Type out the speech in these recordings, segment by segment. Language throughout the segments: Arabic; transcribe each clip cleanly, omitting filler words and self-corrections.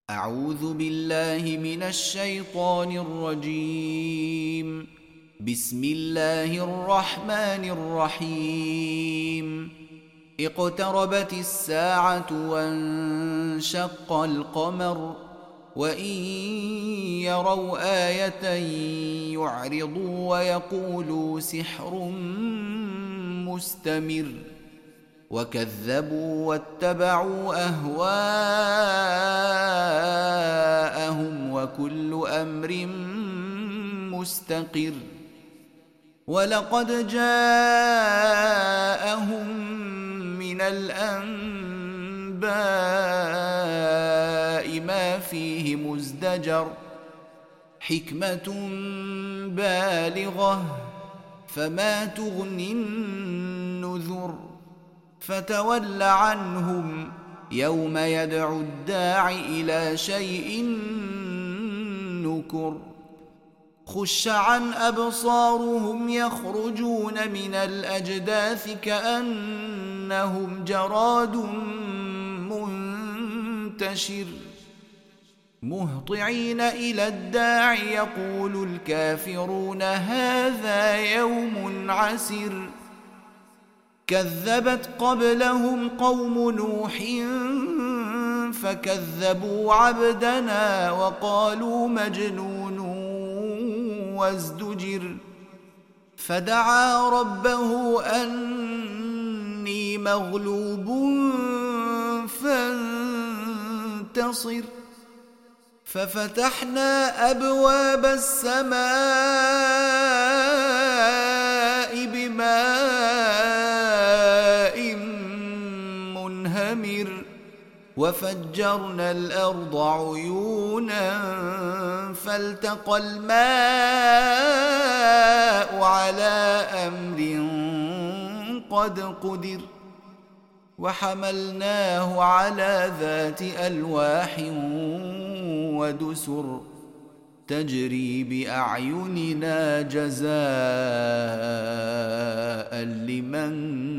أعوذ بالله من الشيطان الرجيم. بسم الله الرحمن الرحيم. اقتربت الساعة وانشق القمر وإن يروا آية يعرضوا ويقولوا سحر مستمر وكذبوا واتبعوا أهواءهم وكل أمر مستقر. ولقد جاءهم من الأنباء ما فيه مزدجر حكمة بالغة فما تغني النذر. فتول عنهم يوم يدعو الداع إلى شيء نكر. خش عن أبصارهم يخرجون من الأجداث كأنهم جراد منتشر مهطعين إلى الداع يقول الكافرون هذا يوم عسر. كذبت قبلهم قوم نوح فكذبوا عبدنا وقالوا مجنون وازدجر. فدعا ربه أني مغلوب فانتصر. ففتحنا أبواب السماء بماء منهمر وفجرنا الأرض عيونا فالتقى الماء على أمر قد قدر. وحملناه على ذات ألواح ودسر تجري بأعيننا جزاء لمن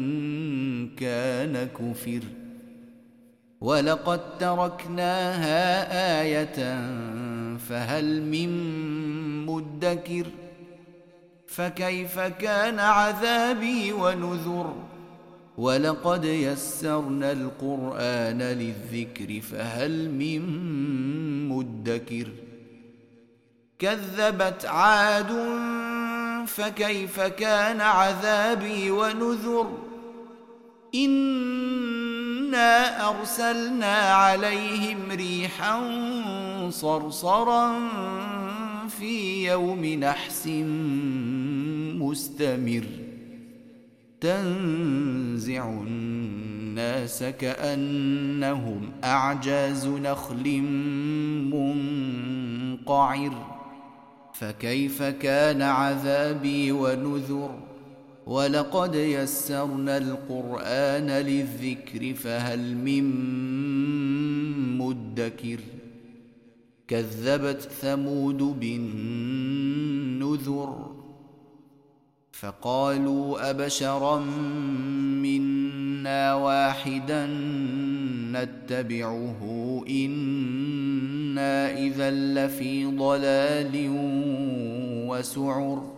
كان كفر. ولقد تركناها آية فهل من مدكر. فكيف كان عذابي ونذر. ولقد يسرنا القرآن للذكر فهل من مدكر. كذبت عاد فكيف كان عذابي ونذر. إنا أرسلنا عليهم ريحا صرصرا في يوم نحس مستمر تنزع الناس كأنهم أعجاز نخل منقعر. فكيف كان عذابي ونذر. ولقد يسرنا القرآن للذكر فهل من مدكر. كذبت ثمود بالنذر فقالوا أبشرا منا واحدا نتبعه إنا إذا لفي ضلال وسعر.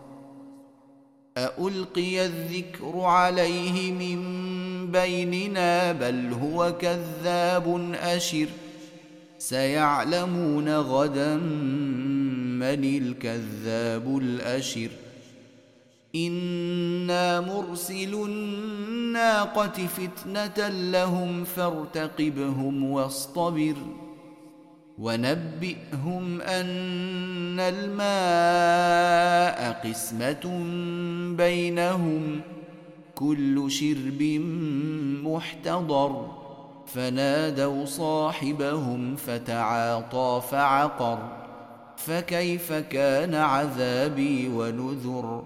أألقي الذكر عليه من بيننا بل هو كذاب أشر. سيعلمون غدا من الكذاب الأشر. إنا مرسل الناقة فتنة لهم فارتقبهم واصطبر. ونبئهم أن الماء قسمة بينهم كل شرب محتضر. فنادوا صاحبهم فتعاطى فعقر. فكيف كان عذابي ونذر.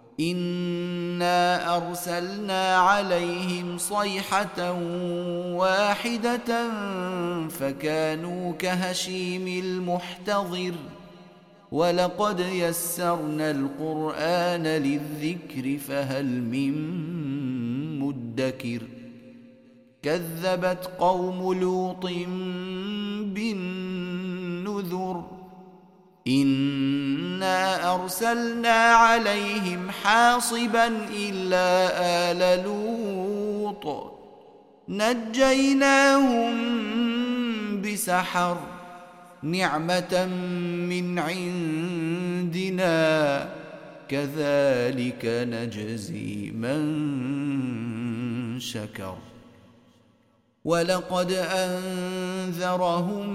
إنا أرسلنا عليهم صيحة واحدة فكانوا كهشيم المحتضر. ولقد يسرنا القرآن للذكر فهل من مدكر. كذبت قوم لوط بالنذر النذر إنا أرسلنا عليهم حاصبا إلا آل لوط نجيناهم بسحر نعمة من عندنا كذلك نجزي من شكر ولقد أنذرهم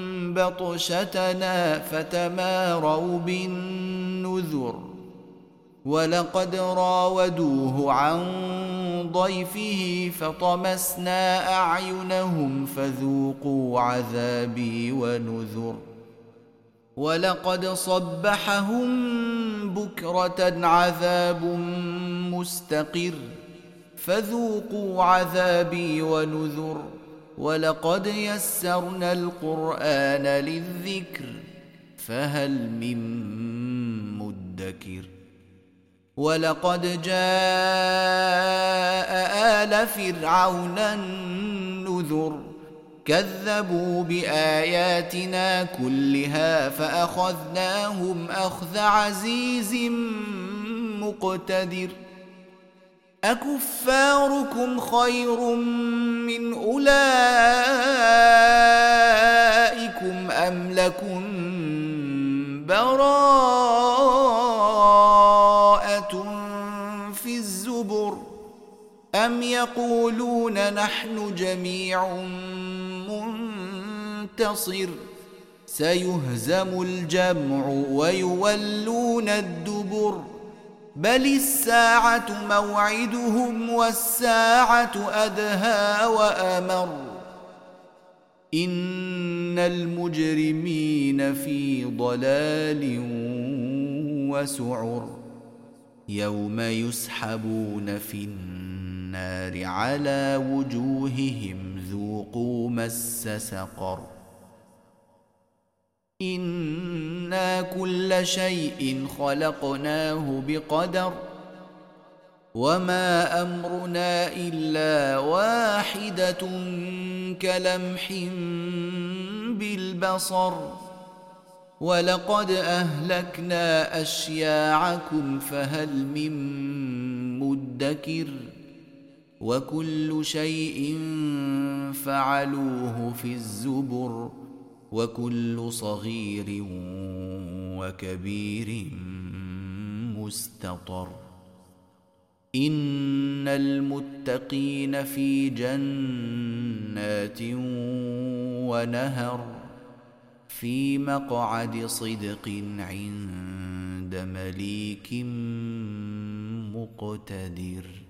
بطشتنا فتماروا بالنذر ولقد راودوه عن ضيفه فطمسنا أعينهم فذوقوا عذابي ونذر ولقد صبحهم بكرة عذاب مستقر فذوقوا عذابي ونذر ولقد يسرنا القرآن للذكر فهل من مدكر ولقد جاء آل فرعون النذر كذبوا بآياتنا كلها فأخذناهم أخذ عزيز مقتدر أكفاركم خير من أولئكم أم لكم براءة في الزبر أم يقولون نحن جميع منتصر سيهزم الجمع ويولون الدبر بل الساعة موعدهم والساعة أدهى وأمر إن المجرمين في ضلال وسعر يوم يسحبون في النار على وجوههم ذوقوا مس سقر إنا كل شيء خلقناه بقدر وما أمرنا إلا واحدة كلمح بالبصر ولقد أهلكنا أشياعكم فهل من مدكر وكل شيء فعلوه في الزبر وكل صغير وكبير مستطر إن المتقين في جنات ونهر في مقعد صدق عند مليك مقتدر.